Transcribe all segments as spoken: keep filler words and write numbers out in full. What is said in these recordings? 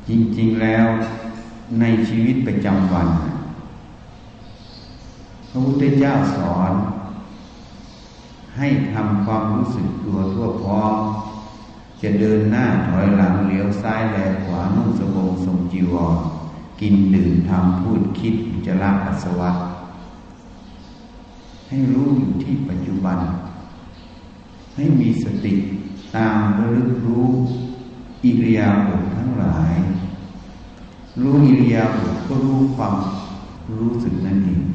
จริงๆแล้วในชีวิตประจำวันพระพุทธเจ้าสอนให้ทำความรู้สึกตัวทั่วพร้อมจะเดินหน้าถอยหลังเลี้ยวซ้ายแลขวานุ่งสบงทรงจีวรกินดื่มทำพูดคิดอุจจาระปัสสาวะให้รู้อยู่ที่ปัจจุบันให้มีสติตามระลึกรู้อิริยาบถทั้งหลายรู้อิริยาบถก็รู้ความรู้สึกนั่นเอง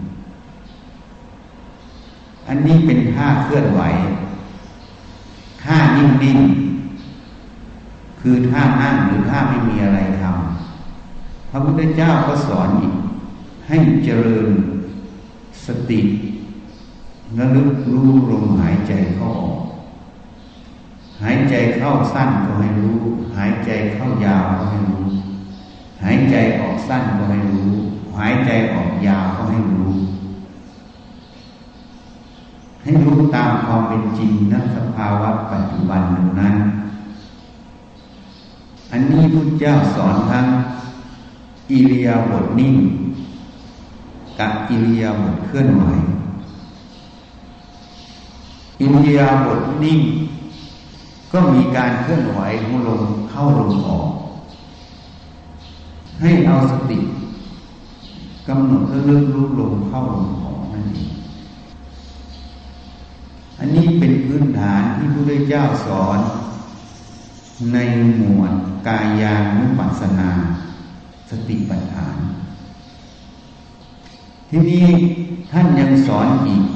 อันนี้เป็นท่าเคลื่อนไหวท่านิ่งๆคือท่านั่งหรือท่าไม่มีอะไรทำพระพุทธเจ้าก็สอนอีกให้เจริญสติระลึกรู้ลมหายใจเข้าออกหายใจเข้าสั้นก็ให้รู้หายใจเข้ายาวก็ให้รู้หายใจออกสั้นก็ให้รู้หายใจออกยาวก็ให้รู้ให้รู้ตามความเป็นจริงณสภาวะปัจจุบันนั้นอันนี้พุทธเจ้าสอนทั้งอิริยาบถนิ่งกับอิริยาบถเคลื่อนไหวอิริยาบถนิ่งก็มีการเคลื่อนไหวของลมเข้าลมออกให้เอาสติกำหนดระลึกรู้ลมเข้าลมออกนั่นเองอันนี้เป็นพื้นฐานที่พระพุทธเจ้าสอนในหมวดกายานุปัสสนาสติปัฏฐานที่นี้ท่านยังสอนอีก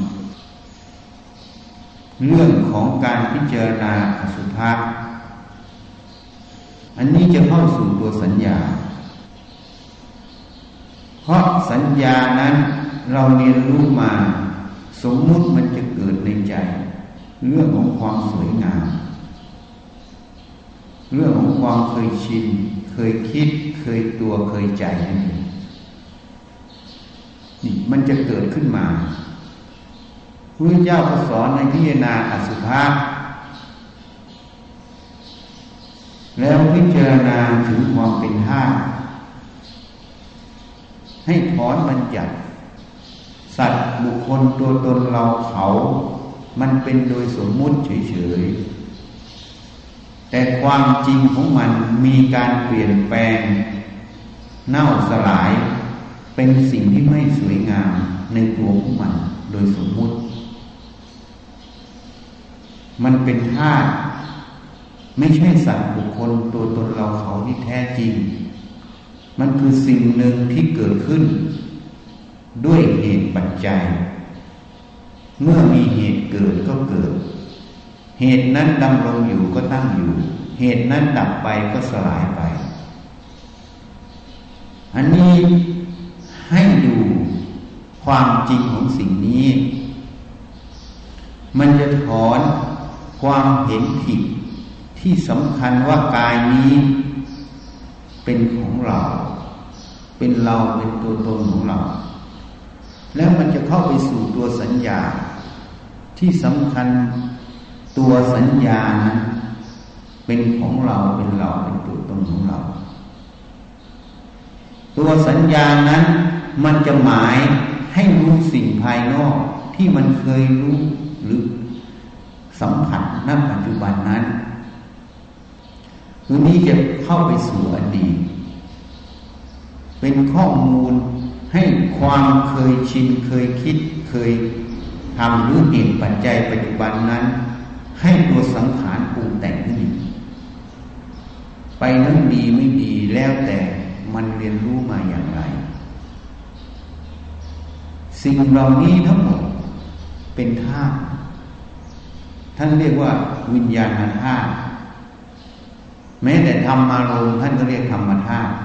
เรื่องของการพิจารณาอสุภะอันนี้จะเข้าสู่ตัวสัญญาเพราะสัญญานั้นเราเรียนรู้มาสมมุติมันจะเกิดในใจเรื่องของความสวยงามเรื่องของความเคยชินเคยคิดเคยตัวเคยใจนั่นเองนี่มันจะเกิดขึ้นมาพระพุทธเจ้าก็สอนในพิจารณาอสุภะแล้วพิจารณาถึงความเป็นธาตุให้ถอนบัญญัติสัตว์บุคคลตัวตนเราเขามันเป็นโดยสมมุติเฉยๆแต่ความจริงของมันมีการเปลี่ยนแปลงเน่าสลายเป็นสิ่งที่ไม่สวยงามในตัวของมันโดยสมมุติมันเป็นธาตุไม่ใช่สัตว์บุคคลตัวตนเราเขาที่แท้จริงมันคือสิ่งหนึ่งที่เกิดขึ้นด้วยเหตุปัจจัยเมื่อมีเหตุเกิดก็เกิดเหตุนั้นดำรงอยู่ก็ตั้งอยู่เหตุนั้นดับไปก็สลายไปอันนี้ให้ดูความจริงของสิ่งนี้มันจะถอนความเห็นผิดที่สำคัญว่ากายนี้เป็นของเราเป็นเราเป็นตัวตนของเราแล้วมันจะเข้าไปสู่ตัวสัญญาที่สำคัญตัวสัญญานั้นเป็นของเราเป็นเราเป็นตัวตนของเราตัวสัญญานั้นมันจะหมายให้รู้สิ่งภายนอกที่มันเคยรู้หรือสัมผัสณปัจจุบันนั้นตัวนี้จะเข้าไปสู่อดีตเป็นข้อมูลให้ความเคยชินเคยคิดเคยทำหรือเหตุปัจจัยปัจจุบันนั้นให้ตัวสังขารปรุงแต่งขึ้นไปนั้นดีไม่ดีแล้วแต่มันเรียนรู้มาอย่างไรสิ่งเหล่านี้ทั้งหมดเป็นธาตุท่านเรียกว่าวิญญาณธาตุแม้แต่ธรรมารมณ์ท่านก็เรียกธรรมธาตุ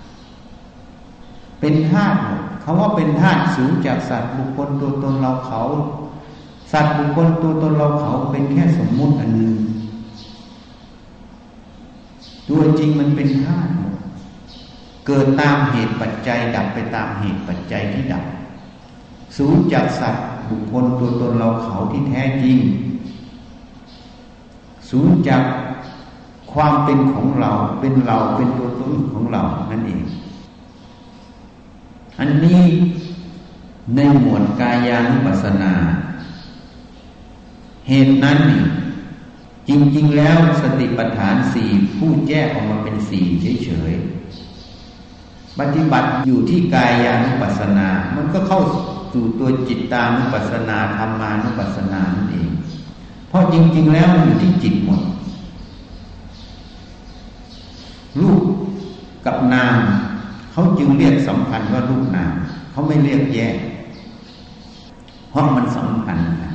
เป็นธาตุหมดคำว่าเป็นธาตุสูงจากสัตว์บุคคลตัวตนเราเขาสัตว์บุคคลตัวตนเราเขาเป็นแค่สมมุติอันหนึ่งตัวจริงมันเป็นธาตุหมดเกิดตามเหตุปัจจัยดับไปตามเหตุปัจจัยที่ดับสูงจากสัตว์บุคคลตัวตนเราเขาที่แท้จริงสูงจากคความเป็นของเราเป็นเราเป็นตัวตนของเรานั่นเองอันนี้ในหมวดกายานุปัสสนาเหตุนั้นจริงๆแล้วสติปัฏฐานสี่ผู้แยกออกมาเป็นสี่เฉยๆปฏิบัติอยู่ที่กายานุปัสสนามันก็เข้าสู่ตัวจิตตานุปัสสนาธรรมานุปัสสนานั่นเองเพราะจริงๆแล้วมันอยู่ที่จิตหมดรูปกับนามเขาจึงเรียกสัมพันธ์ว่ารูปนามเขาไม่เรียกแยกเพราะมันสัมพันธ์กัน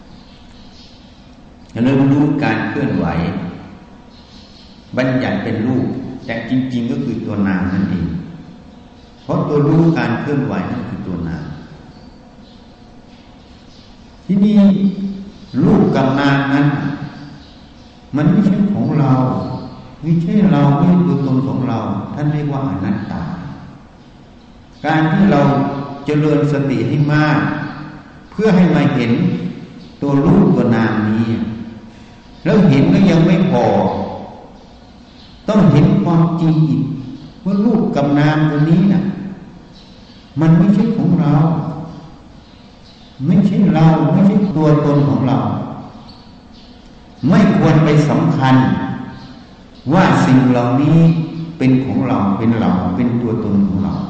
เริ่มรู้การเคลื่อนไหวบัญญัติเป็นรูปแต่จริงๆก็คือตัวนามนั่นเองเพราะตัวรู้การเคลื่อนไหวนั่นคือตัวนามที่นี่รูปกับนามนั้นมันไม่ใช่ของเราไม่ใช่เราไม่ใช่ตัวตนของเราท่านเรียกว่าอนัตตาการที่เราเจริญสติให้มากเพื่อให้มาเห็นตัวรูปตัวนามนี้แล้วเห็นก็ยังไม่พอต้องเห็นความจริงอีกว่ารูปกับนามตัวนี้น่ะมันไม่ใช่ของเราไม่ใช่เราไม่ใช่ตัวตนของเราไม่ควรไปสำคัญว่าสิ่งเหล่านี้เป็นของเราเป็นเราเป็นตัวตนของเรา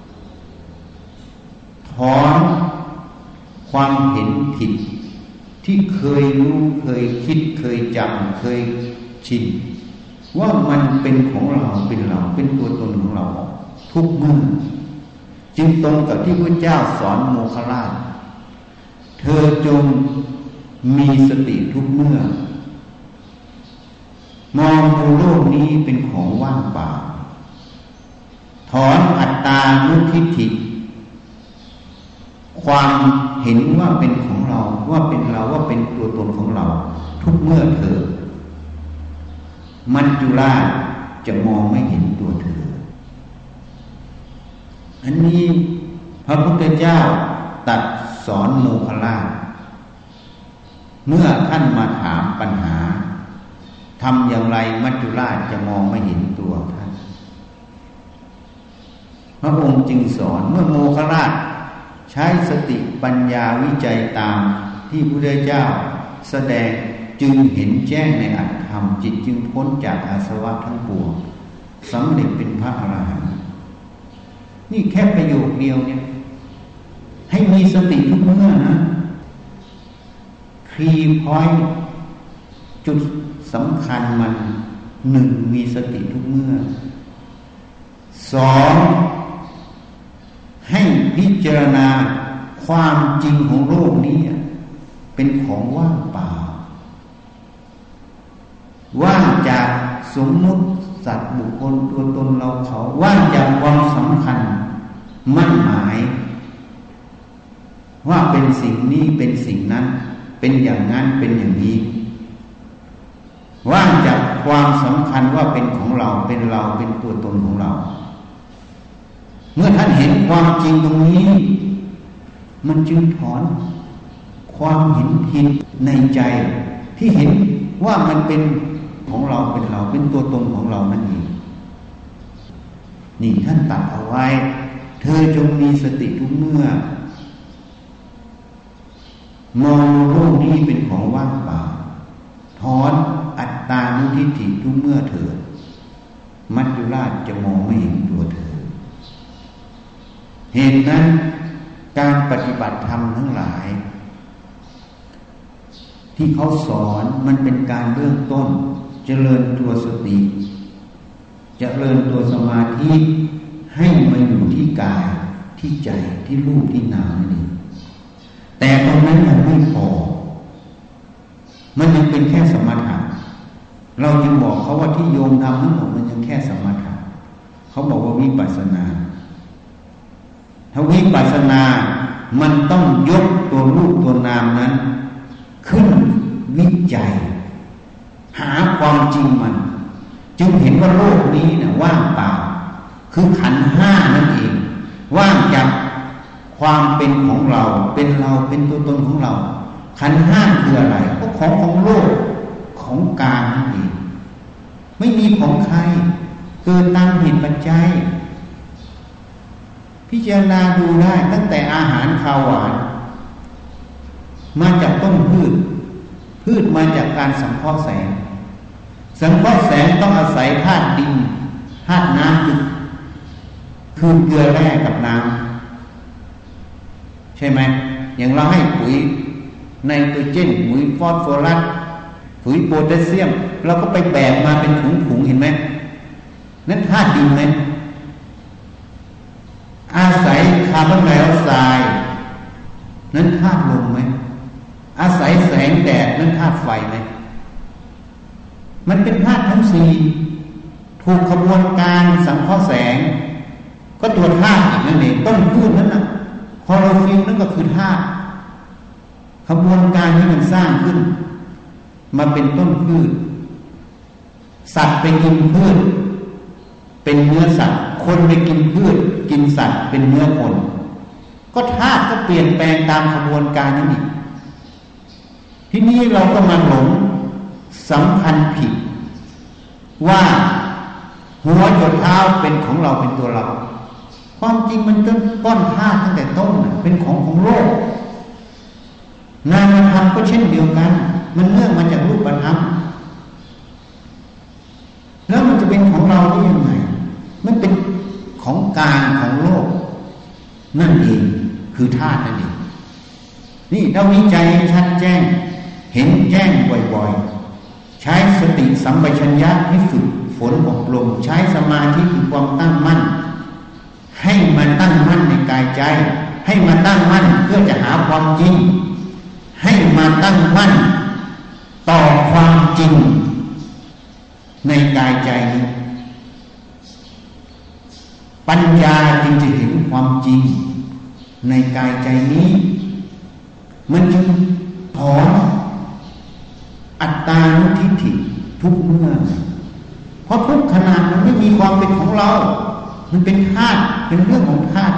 ถอนความเห็นผิดที่เคยรู้เคยคิดเคยจำเคยชินว่ามันเป็นของเราเป็นเราเป็นตัวตนของเราทุกเมื่อจึงตรงกับที่พระเจ้าสอนโมคคัลลานะเธอจงมีสติทุกเมื่อมองดูโลกนี้เป็นของว่างเปล่าถอนอัตตานุทิฏฐิความเห็นว่าเป็นของเราว่าเป็นเราว่าเป็นตัวตนของเราทุกเมื่อเธอมัจจุราชจะมองไม่เห็นตัวเธออันนี้พระพุทธเจ้าตรัสสอนโมคคัลลานะเมื่อท่านมาถามปัญหาทำอย่างไรมัจจุราชจะมองไม่เห็นตัวท่านพระองค์จึงสอนเมื่อโมคคัลลานะใช้สติปัญญาวิจัยตามที่พระพุทธเจ้าแสดงจึงเห็นแจ้งในอัตถธรรมจิตจึงพ้นจากอาสวะทั้งปวงสำเร็จเป็นพระอรหันต์นี่แค่ประโยคเดียวเนี่ยให้มีสติทุกเมื่อนะคีย์พอยต์จุดสำคัญมันหนึ่งมีสติทุกเมื่อสองให้พิจารณาความจริงของโลกนี้เป็นของว่างเปล่าว่างจากสมมุติสัตว์บุคคลตัวตนเราเขาว่างจากความสำคัญมั่นหมายว่าเป็นสิ่งนี้เป็นสิ่งนั้นเป็นอย่างนั้นเป็นอย่างนี้ว่างจากความสำคัญว่าเป็นของเราเป็นเราเป็นตัวตนของเราเมื่อท่านเห็นความจริงตรงนี้มันจึงถอนความเห็นผิดในใจที่เห็นว่ามันเป็นของเราเป็นเราเป็นตัวตนของเรานั่นเองนี่ท่านตัดเอาไว้เธอจงมีสติทุกเมื่อมองโลกนี้เป็นของว่างเปล่าถอนอัตตานุทิฏฐิทุกเมื่อเถิดมัจจุราชจะมองไม่เห็นตัวเธอเหตุนั้นการปฏิบัติธรรมทั้งหลายที่เขาสอนมันเป็นการเบื้องต้นเจริญตัวสติเจริญตัวสมาธิให้มาอยู่ที่กายที่ใจที่รูปที่นามนี่แต่ตรงนั้นยังไม่พอมันยังเป็นแค่สมถะเราจึงบอกเขาว่าที่โยมทำทั้งหมดมันยังแค่สมถะเขาบอกว่าวิปัสสนาถ้าวิปัสสนามันต้องยกตัวรูปตัวนามนั้นขึ้นวิจัยหาความจริงมันจึงเห็นว่าโลกนี้เนี่ยว่างเปล่าคือขันธ์ห้านั่นเองว่างจากความเป็นของเราเป็นเราเป็นตัวตนของเราขันธ์ห้าคืออะไรก็ของของโลกของกามนั่นเองไม่ของใครเกิดตามเหตุปัจจัยพิจารณาดูได้ตั้งแต่อาหารข้าวหวานมาจากต้นพืชพืชมาจากการสังเคราะห์แสงสังเคราะห์แสงต้องอาศัยธาตุดินธาตุน้ำคือคือเกลือแร่กับน้ำใช่ไหมอย่างเราให้ปุ๋ยไนโตรเจนปุ๋ยฟอสฟอรัสปุ๋ยโพแทสเซียมเราก็ไปแบกมาเป็นถุงๆเห็นไหมนั่นธาตุดินไหมอาศัยคาร์บอนไดออกไซด์นั้นธาตุลมไหมอาศัยแสงแดดนั้นธาตุไฟไหมมันเป็นธาตุทั้งสี่ถูกขบวนการสังเคราะห์แสงก็ตัวธาตุอีกนั่นเองต้นพืชนั้นน่ะคลอโรฟิลนั่นก็คือธาตุขบวนการที่มันสร้างขึ้นมาเป็นต้นพืชสัตว์ไปกินพืชเป็นเนื้อสัตว์คนไปกินพืชกินสัตว์เป็นเนื้อคนก็ธาตุก็เปลี่ยนแปลงตามขบวนการนั้นอีกทีนี้เราก็มาหลงสำคัญผิดว่าหัวจดเท้าเป็นของเราเป็นตัวเราความจริงมันต้นก้อนธาตุตั้งแต่ต้นเป็นของของโลกนามธรรมก็เช่นเดียวกันมันเนื่องมาจากรูปธรรมแล้วมันจะเป็นของเราได้ยังไงมันเป็นของกลางของโลกนั่นเองคือธาตุนั่นเองนี่เราวิจัยชัดแจ้งเห็นแจ้งบ่อยๆใช้สติสัมปชัญญะให้ฝึกฝนอบรมใช้สมาธิคือความตั้งมั่นให้มาตั้งมั่นในกายใจให้มาตั้งมั่นเพื่อจะหาความจริงให้มาตั้งมั่นต่อความจริงในกายใจนี้ปัญญาจึงจะเห็นความจริงในกายใจนี้มันจึงถอนอัตตานุทิฏฐิทุกเมื่อเพราะทุกขณะมันไม่มีความเป็นของเรามันเป็นธาตุเป็นเรื่องของธาตุ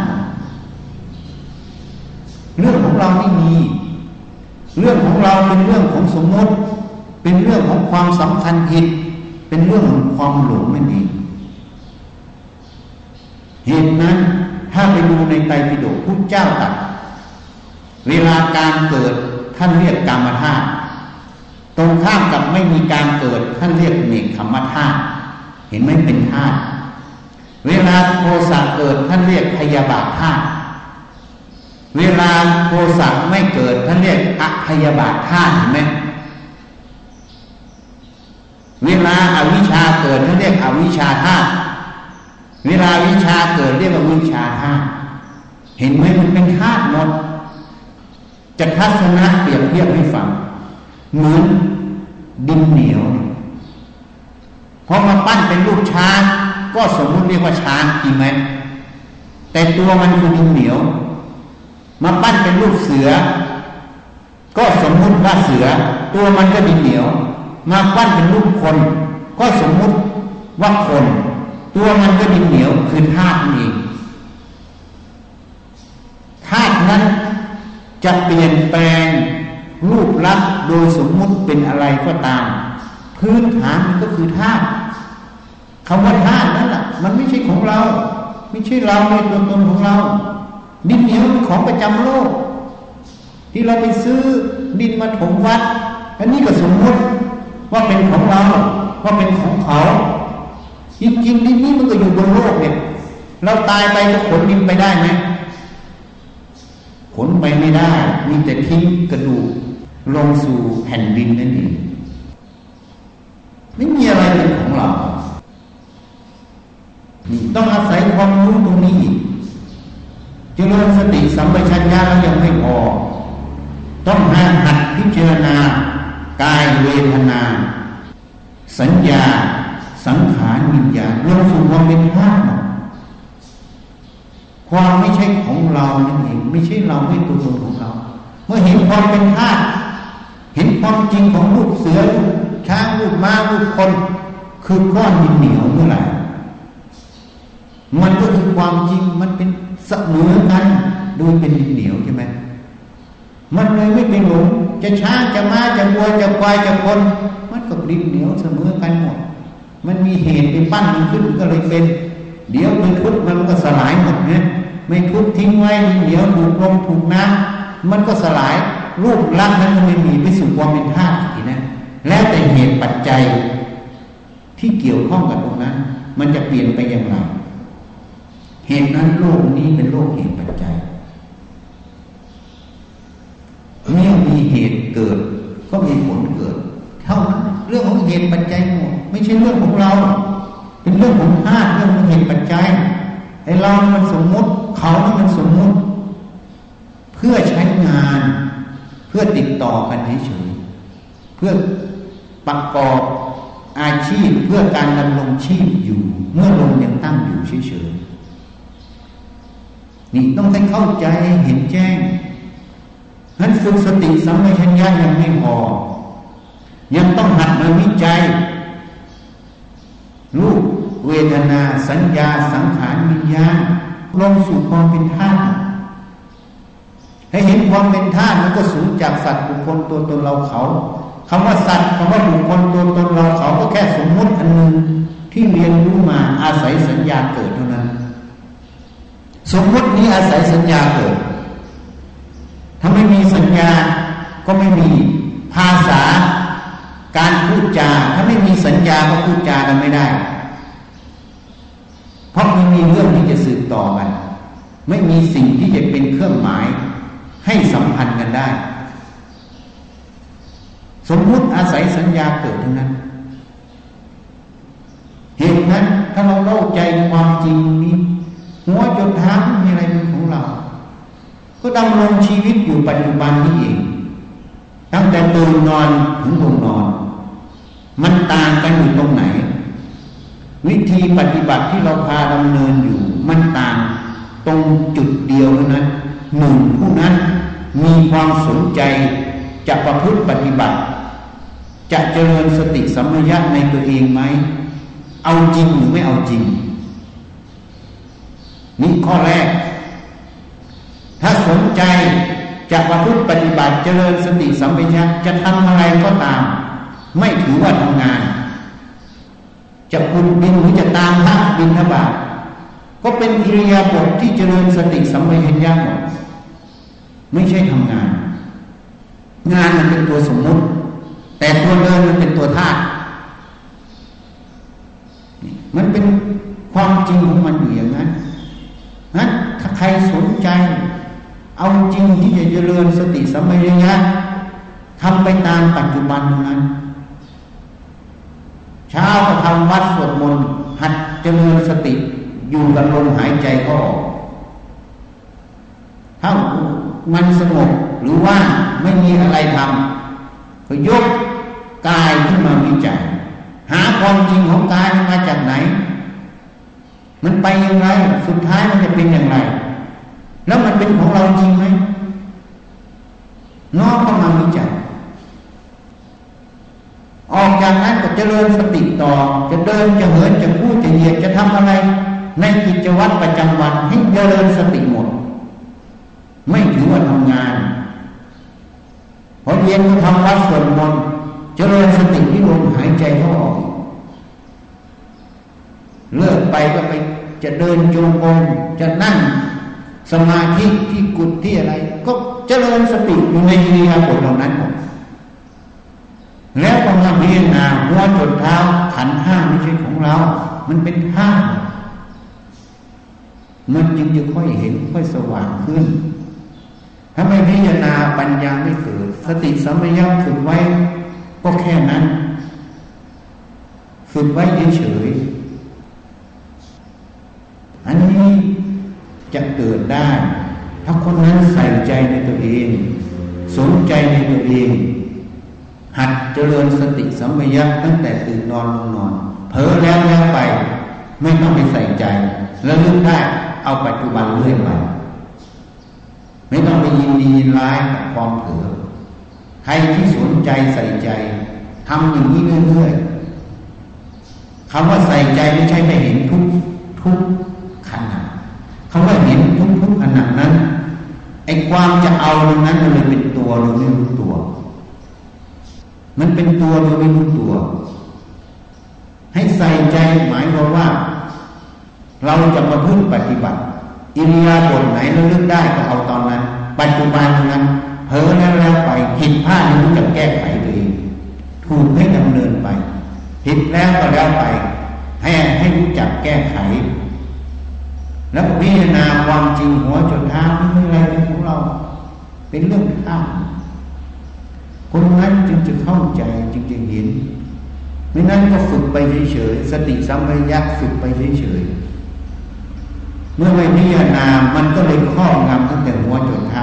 เรื่องของเราไม่มีเรื่องของเราเป็นเรื่องของสมมติเป็นเรื่องของความสำคัญผิดเป็นเรื่องของความหลงนั่นเองเหตุนั้นถ้าไปดูในไตรปิฎกพุทธเจ้าตรัสเวลาการเกิดท่านเรียกกามธาตุตรงข้ามกับไม่มีการเกิดท่านเรียกเนกขัมมธาตุเห็นไหมเป็นธาตุเวลาโทสะเกิดท่านเรียกพยาบาทธาตุเวลาโทสะไม่เกิดท่านเรียกอพยาบาทธาตุเห็นไหมเวลาอวิชชาเกิดท่านเรียกอวิชชาธาตุเวลาวิชาเกิดเรียกว่าวิชาธาตุเห็นไหมมันเป็นธาตุหมดจะทัศนะเปรียบเทียบให้ฟังเหมือนดินเหนียวพอมาปั้นเป็นรูปช้างก็สมมุติเรียกว่าช้างจริงไหมแต่ตัวมันคือดินเหนียวมาปั้นเป็นรูปเสือก็สมมุติว่าเสือตัวมันก็ดินเหนียวมาปั้นเป็นรูปคนก็สมมุติว่าคนตัวมันก็ดินเหนียวคือธาตุนี่เองธาตุนั้นจะเปลี่ยนแปลงรูปลักษณ์โดยสมมุติเป็นอะไรก็ตามพื้นฐานมันก็คือธาตุคำว่าธาตุนั่นแหละมันไม่ใช่ของเราไม่ใช่เราในตัวตนของเราดินเหนียวเป็นของประจำโลกที่เราไปซื้อดินมาถมวัดอันนี้ก็สมมุติว่าเป็นของเราว่าเป็นของเขาจริงๆดินนี้มันก็อยู่บนโลกเนี่ยเราตายไปจะขนดินไปได้ไหมขนไปไม่ได้มีแต่ทิ้งกระดูกลงสู่แผ่นดินนั่นเองไม่มีอะไรเป็นของเรานี่ต้องอาศัยความรู้ตรงนี้เจริญสติสัมปชัญญะแล้วยังไม่พอต้องหัดหัดพิจารณากายเวทนาสัญญาสังขารวิญญาณลงสู่ความเป็นธาตุความไม่ใช่ของเรานั่นเองไม่ใช่เราไม่ตัวตนของเราเมื่อเห็นความเป็นธาตุเห็นความจริงของรูปเสือรูปช้างรูปม้ารูปคนคือก้อนดินเหนียวเมื่อไหร่มันก็คือความจริงมันเป็นเสมอกันโดยเป็นดินเหนียวใช่ไหมมันเลยไม่เป็นหลงจะช้างจะม้าจะวัวจะควายจะคนมันก็ดินเหนียวเสมอกันหมดมันมีมีเหตุไปปั้นมันขึ้นก็เลยเป็นเดี๋ยวไปทุบมันก็สลายหมดเนี่ยไม่ทุบทิ้งไว้เดี๋ยวถูกลมถูกน้ำมันก็สลายรูปลักษณ์นั้นก็ไม่มีไปสู่ความเป็นธาตุอีกนะแล้วแต่เหตุปัจจัยที่เกี่ยวข้องกับตรงนั้นมันจะเปลี่ยนไปอย่างไรเหตุนั้นโลกนี้เป็นโลกเหตุปัจจัยเมื่อมีเหตุเกิดก็มีผลเกิดเท่านั้นเรื่องของเหตุปัจจัยหมดไม่ใช่เรื่องของเราเป็นเรื่องของธาตุเรื่องของเหตุปัจจัยไอ้เรามันสมมติเขามันสมมติเพื่อใช้งานเพื่อติดต่อกันเฉยๆเพื่อประกอบอาชีพเพื่อการดำรงชีพอยู่เมื่อลมยังตั้งอยู่เฉยๆนี่ต้องให้เข้าใจเห็นแจ้งนั้นฝึกสติสัมปชัญญะยังไม่พอยังต้องหัดมาวิจัยรูปเวทนาสัญญาสังขารวิญญาณลงสู่ความเป็นธาตุให้เห็นความเป็นธาตุมันก็สูญจากสัตว์บุคคลตัวตนเราเขาคำว่าสัตว์คำว่าบุคคลตัวตนเราเขาก็แค่สมมุติอันหนึ่งที่เรียนรู้มาอาศัยสัญญาเกิดเท่านั้นสมมุตินี้อาศัยสัญญาเกิดถ้าไม่มีสัญญาก็ไม่มีภาษาการพูดจาถ้าไม่มีสัญญาก็พูดจากันไม่ได้เพราะไม่มีเรื่องที่จะสืบต่อกันไม่มีสิ่งที่จะเป็นเครื่องหมายให้สัมพันธ์กันได้สมมุติอาศัยสัญญาเกิดเท่านั้นเหตุนั้นถ้าเราเข้าใจความจริงนี้หัวจนเท้าไม่มีอะไรเป็นของเราก็ดำรงชีวิตอยู่ปัจจุบันนี้เองตั้งแต่ตื่นนอนถึงลงนอนมันต่างกันอยู่ตรงไหนวิธีปฏิบัติที่เราพาดำเนินอยู่มันต่างตรงจุดเดียวนั้นหนึ่งผู้นั้นมีความสนใจจะประพฤติปฏิบัติจะเจริญสติสัมปชัญญะในตัวเองไหมเอาจริงหรือไม่เอาจริงนี่ข้อแรกถ้าสนใจจะประพฤติปฏิบัติเจริญสติสัมปชัญญะจะทำอะไรก็ตามไม่ถือว่าทำงานจะขุดดินหรือจะตามพระบิณฑบาตก็เป็นอิริยาบถที่เจริญสติสัมปชัญญะหมดไม่ใช่ทำงานงานมันเป็นตัวสมมุติแต่ตัวเดินมันเป็นตัวธาตุมันเป็นความจริงของมันอยู่อย่างนั้นนั้นถ้าใครสนใจเอาจริงที่จะเจริญสติสัมปชัญญะทำไปตามปัจจุบันนั้นเช้าก็ทำวัดสวดมนต์หัดเจริญสติอยู่กับลมหายใจเข้าออกถ้ามันสงบหรือว่าไม่มีอะไรทำก็ยกกายขึ้นมาวิจัยหาความจริงของกายมันมาจากไหนมันไปอย่างไรสุดท้ายมันจะเป็นอย่างไรแล้วมันเป็นของเราจริงไหมน้อมเข้ามาวิจัยออกจากนั้นก็เจริญสติต่อจะเดินจะเหินจะพูดจะเหยียดจะทำอะไรในกิจวัตรประจำวันให้เจริญสติหมดไม่ถือว่าทำงานพอเย็นก็ทำวัดสวดมนต์เจริญสติที่ลมหายใจเข้าออกเลิกไปก็ไปจะเดินจงกรมจะนั่งสมาธิที่กุฏที่อะไรก็เจริญสติอยู่ในอิริยาบถเหล่านั้นหมดแล้วก็มาพิจารณาหัวจดเท้าขันธ์ห้าไม่ใช่ของเรามันเป็นธาตุมันจึงจะค่อยเห็นค่อยสว่างขึ้นถ้าไม่พิจารณาปัญญาไม่เกิดสติสัมปชัญญะฝึกไว้ก็แค่นั้นฝึกไว้เฉยๆอันนี้จะเกิดได้ถ้าคนนั้นใส่ใจในตัวเองสนใจในตัวเองหัดเจริญสติสัมปชัญญะตั้งแต่ตื่นนอนลงนอนเผลอแล้วแล้วไปไม่ต้องไปใส่ใจแล้วลึกได้เอาปัจจุบันเรื่อยไปไม่ต้องไปยินดียินร้ายกับความเผลอใครที่สนใจใส่ใจทำอย่างนี้เรื่อยๆคำว่าใส่ใจไม่ใช่ไม่เห็นทุกทุกขณะคำว่าเห็นทุกทุกขณะนั้นไอ้ความจะเอาตรงนั้นมันเลยเป็นตัวเราไม่รู้ตัวมันเป็นตัวเราไม่รู้ตัวให้ใส่ใจเราจะมาพึ่งปฏิบัติอิริยาบถไหนเราเลือกได้ก็เอาตอนนั้นปัจจุบันนั้นเผลอแล้วแล้วไปผิดพลาดรู้จักแก้ไขตัวเองถูกให้ดำเนินไปผิดแล้วก็แล้วไปให้ให้รู้จักแก้ไขแล้วพิจารณาความจริงหัวจนเท้าไม่เป็นอะไรเป็นของเราเป็นเรื่องข้ามคนนั้นจึงจะเข้าใจจึงจะเห็นไม่นั้นก็ฝึกไปเฉยๆสติสัมปชัญญะฝึกไปเฉยๆเมื่อไม่พิจารณามันก็เลยครอบงำตั้งแต่หัวจนเท้า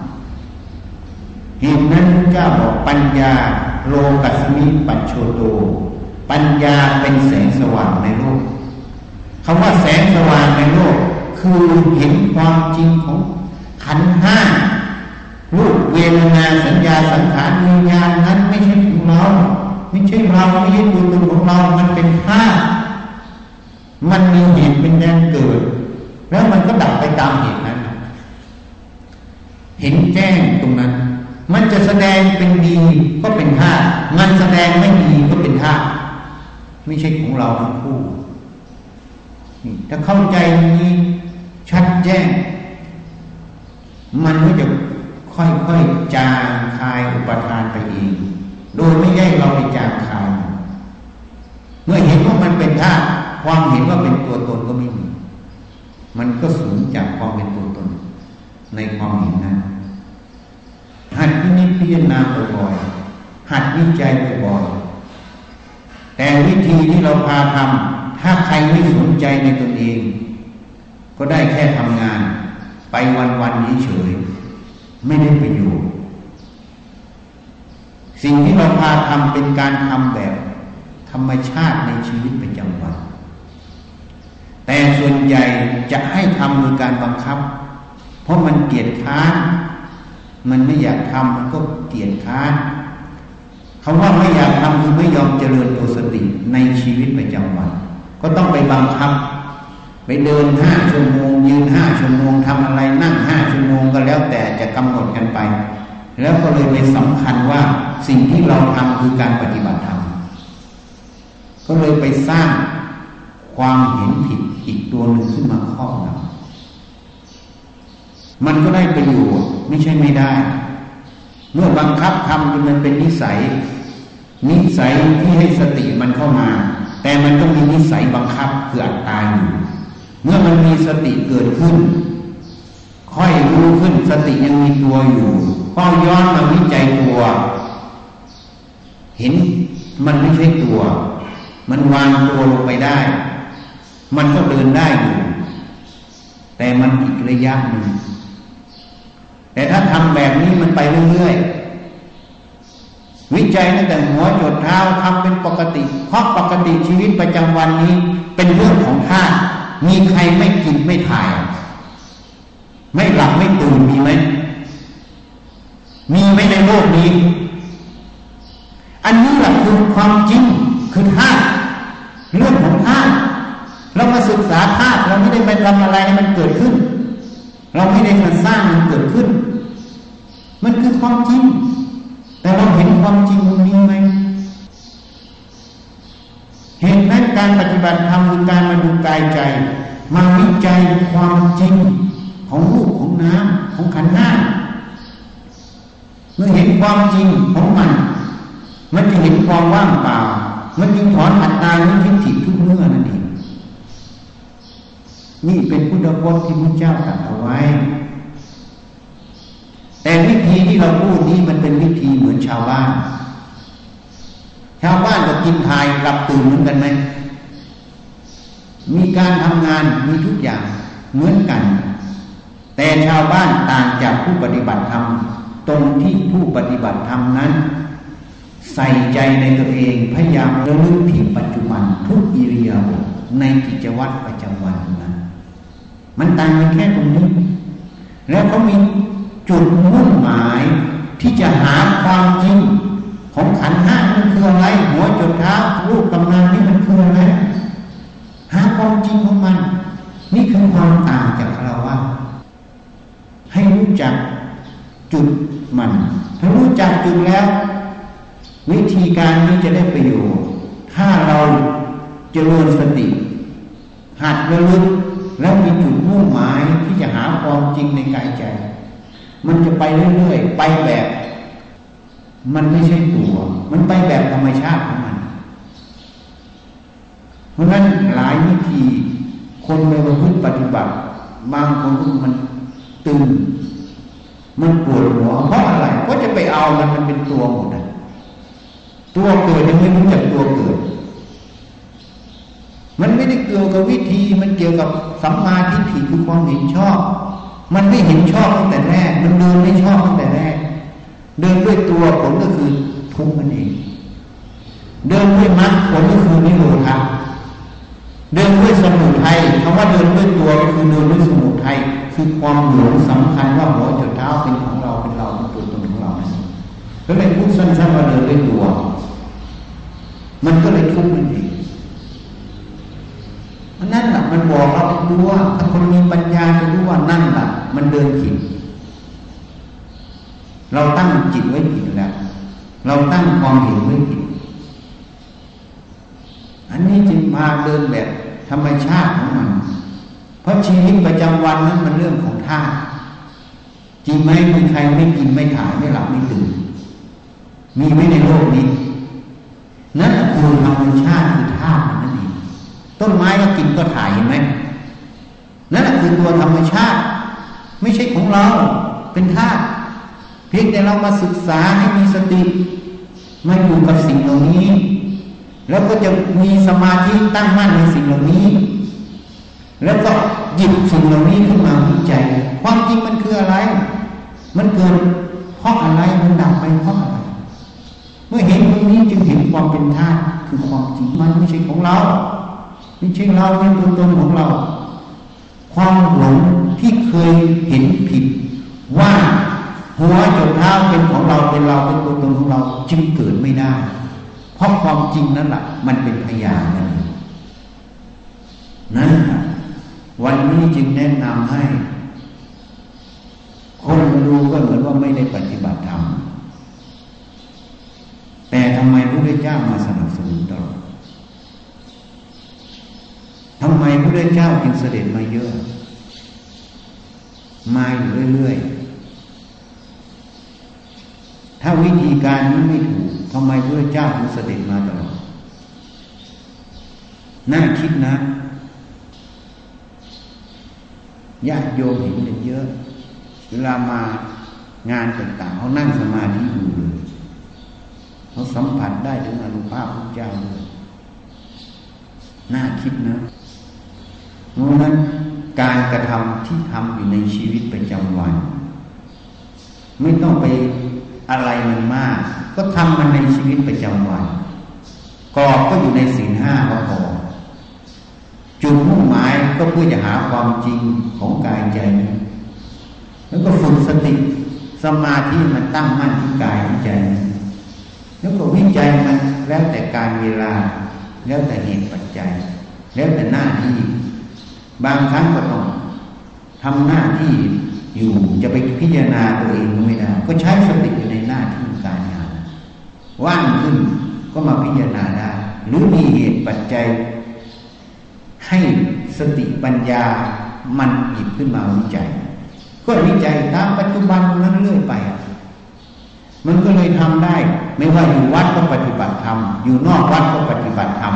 เหตุนั้นพระเจ้าบอกปัญญาโลกัสมิปัจโชโตปัญญาเป็นแสงสว่างในโลกคำว่าแสงสว่างในโลกคือเห็นความจริงของขันธ์ห้ารูปเวทนาสัญญาสังขารวิญญาณนั้นไม่ใช่ของเราไม่ใช่เราไม่ใช่ตัวตนของเรามันเป็นธาตุมันมีเหตุเป็นแดนเกิดแล้วมันก็ดับไปตามเหตุนั้นเห็นแจ้งตรงนั้นมันจะแสดงเป็นดีก็เป็นธาตุมันแสดงไม่ดีก็เป็นธาตุไม่ใช่ของเราทั้งคู่ถ้าเข้าใจนี้ชัดแจ้งมันก็จะค่อยๆจางคายอุปทานไปเองโดยไม่ได้เราไปจางคายเมื่อเห็นว่ามันเป็นธาตุความเห็นว่าเป็นตัวตนก็ไม่มีมันก็สูญจากความเป็นตัวตนในความเห็นนั้นหัดพิจารณาบ่อยๆหัดวิจัยบ่อยๆแต่วิธีที่เราพาทำถ้าใครไม่สนใจในตนเองก็ได้แค่ทำงานไปวันๆเฉยๆไม่ได้ประโยชน์สิ่งที่เราพาทำเป็นการทำแบบธรรมชาติในชีวิตประจำวันแต่ส่วนใหญ่จะให้ทำโดยการบังคับเพราะมันเกียจค้านมันไม่อยากทำมันก็เกียจค้านคำว่าไม่อยากทำคือไม่ยอมเจริญตัวสติในชีวิตประจำวันก็ต้องไปบังคับไปเดินห้าชั่วโมงยืนห้าชั่วโมงทำอะไรนั่งห้าชั่วโมงก็แล้วแต่จะกำหนดกันไปแล้วก็เลยไปสำคัญว่าสิ่งที่เราทำคือการปฏิบัติธรรมก็เลยไปสร้างความเห็นผิดอีกตัวหนึ่งขึ้นมาครอบงำมันก็ได้ประโยชน์ไม่ใช่ไม่ได้เมื่อบังคับทำจนมันเป็นนิสัยนิสัยที่ให้สติมันเข้ามาแต่มันก็มีนิสัยบังคับคืออัตตาอยู่เมื่อมันมีสติเกิดขึ้นค่อยรู้ขึ้นสติยังมีตัวอยู่ก็ย้อนมาวิจัยตัวเห็นมันไม่ใช่ตัวมันวางตัวลงไปได้มันก็เดินได้อยู่แต่มันอีกระยะหนึ่งแต่ถ้าทำแบบนี้มันไปเรื่อยๆวิจัยตั้งแต่หัวจดเท้าทำเป็นปกติเพราะปกติชีวิตประจำวันนี้เป็นเรื่องของธาตุมีใครไม่กินไม่ถ่ายไม่หลับไม่ตื่นมีไหมมีไหมในโลกนี้อันนี้แหละคือความจริงคือธาตุเรื่องของธาตุเรามาศึกษาธาตุเราไม่ได้ไปทำอะไรให้มันเกิดขึ้นเราไม่ได้มาสร้างมันเกิดขึ้นมันคือความจริงแต่เราเห็นความจริงตรงนี้ไหมเหตุนั้นการปฏิบัติธรรมคือการมาดูกายใจมาวิจัยความจริงของรูปของน้ำของขันธ์ห้าเมื่อเห็นความจริงของมันมันจะเห็นความว่างเปล่ามันจึงถอนอัตตาวิทิฏฐิทุกเมื่อนั่นเองนี่เป็นพุทธพจน์ที่พระเจ้าตรัสเอาไว้แต่วิธีที่เราพูดนี้มันเป็นวิธีเหมือนชาวบ้านชาวบ้านก็กินทายกลับตื่นเหมือนกันไหมมีการทำงานมีทุกอย่างเหมือนกันแต่ชาวบ้านต่างจากผู้ปฏิบัติธรรมตรงที่ผู้ปฏิบัติธรรมนั้นใส่ใจในตัวเองพยายามระลึกที่ปัจจุบันทุกอิริยาบถในกิจวัตรประจำวันนั้นมันต่างกันแค่ตรงนี้แล้วเขามีจุดมุ่งหมายที่จะหาความจริงของขันธ์ห้ามันคืออะไรหัวจดเท้ารูปกำนันนี่มันคืออะไรหาความจริงของมันนี่คือความต่างจากเราว่าให้รู้จักจุดมันถ้ารู้จักจุดแล้ววิธีการนี้จะได้ประโยชน์ถ้าเราเจริญสติหัดระลึกแล้วมีจุดมุ่งหมายที่จะหาความจริงในกายใจมันจะไปเรื่อยๆไปแบบมันไม่ใช่ตัวมันไปแบบธรรมชาติของมันเพราะนั้นหลายวิธีคนไปประพฤติปฏิบัติบางคนมันตึงมันปวดหัวเพราะอะไรเพราะจะไปเอามันมันเป็นตัวหมดนะตัวเกิดยังไม่รู้จักตัวเกิดมันไม่ได้เกี่ยวกับวิธีมันเกี่ยวกับสัมมาทิฏฐิคือความเห็นชอบมันไม่เห็นชอบตั้งแต่แรกมันเดินไม่ชอบตั้งแต่แรกเดินด้วยตัวผลก็คือทุกข์นั่นเองเดินด้วยมรรคผลก็คือนิโรธะเดินด้วยสมุทัยคำว่าเดินด้วยตัวก็คือเดินด้วยสมุทัยคือความหลงสำคัญว่าหัวจุดเท้าเป็นของเราเป็นเราเป็นตัวตนของเราก็เลยพูดสั้นๆว่าเดินด้วยตัวมันก็เลยทุกข์นั่นเองนั่นแหละมันบอกเราดูว่าถ้าคนมีปัญญาจะรู้ว่านั่นแหละมันเดินผิดเราตั้งจิตไว้ผิดแล้วเราตั้งความเห็นไว้ผิดอันนี้จึงมาเดินแบบธรรมชาติของมันเพราะชีวิตประจำวันนั้นมันเรื่องของธาตุจริงไหมมีใครไม่กินไม่ถ่ายไม่หลับไม่ตื่นมีไหมในโลกนี้นั่นคือธรรมชาติคือธาตุนั่นเองต้นไม้ก็กินก็ถ่ายเห็นไหมนั่นคือตัวธรรมชาติไม่ใช่ของเราเป็นธาตุเพียงแต่เรามาศึกษาให้มีสติมาอยู่กับสิ่งเหล่านี้แล้วก็จะมีสมาธิตั้งมั่นในสิ่งเหล่านี้แล้วก็หยิบสิ่งเหล่านี้ขึ้นมาวิจัยความจริงมันคืออะไรมันเกิดเพราะอะไรมันดับไปเพราะอะไรเมื่อเห็นตรงนี้จึงเห็นความเป็นธาตุคือความจริงมันไม่ใช่ของเราไม่ใช่เราเป็นตัวตนของเราความหลงที่เคยเห็นผิดว่าหัวจนเท้าเป็นของเราเป็นเราเป็นตัวตนของเราจึงเกิดไม่ได้เพราะความจริงนั่นแหละมันเป็นพยานนั่นนั่นวันนี้จึงแนะนำให้คนดูก็เหมือนว่าไม่ได้ปฏิบัติธรรมแต่ทำไมพระพุทธเจ้ามาสนับสนุนตลอดทำไมพระพุทธเจ้าจึงเสด็จมาเยอะมาอยู่เรื่อยๆถ้าวิธีการนี้ไม่ถูกทำไมพระพุทธเจ้าถึงเสด็จมาตลอดน่าคิดนะญาติโยมเห็นกันเยอะเวลามางานต่างๆเขานั่งสมาธิอยู่เลยเขาสัมผัสได้ถึงอนุภาพพระเจ้าเลยน่าคิดนะเพราะนั้นการกระทำที่ทำอยู่ในชีวิตประจำวันไม่ต้องไปอะไรมันมากก็ทำมันในชีวิตประจำวันกรอบก็อยู่ในศีลห้าก็พอจุดมุ่งหมายก็เพื่อจะหาความจริงของกายใจแล้วก็ฝึกสติสมาธิมันตั้งมั่นที่กายที่ใจแล้วก็วิจัยมันแล้วแต่การเวลาแล้วแต่เหตุปัจจัยแล้วแต่หน้าที่บางครั้งก็ต้องทำหน้าที่อยู่จะไปพิจารณาตัวเองไม่ได้ก็ใช้สติอยู่ในหน้าที่การงานว่างขึ้นก็มาพิจารณาได้หรือมีเหตุปัจจัยให้สติปัญญามันหยิบขึ้นมาวิจัยก็วิจัยตามปัจจุบันนั้นเรื่อยไปมันก็เลยทำได้ไม่ว่าอยู่วัดก็ปฏิบัติธรรมอยู่นอกวัดก็ปฏิบัติธรรม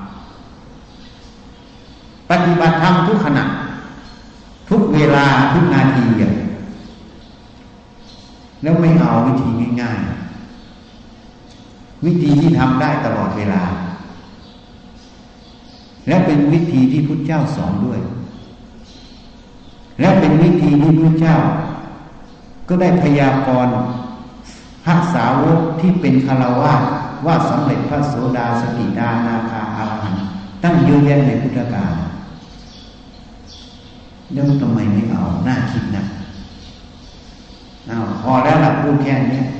ปฏิบัติธรรมทุกขณะทุกเวลาทุกนาทีแล้วไม่เอาวิธีง่ายๆวิธีที่ทำได้ตลอดเวลาและเป็นวิธีที่พุทธเจ้าสอนด้วยและเป็นวิธีที่พุทธเจ้าก็ได้พยากรณ์พระสาวกที่เป็นฆราวาสว่าสำเร็จพระโสดาสกิทานาคาอรหันต์ตั้งเยอะแยะในพุทธกาลแล้วทำไมไม่เอาน่าคิดนะเอาพอแล้วล่ะพูดแค่นี้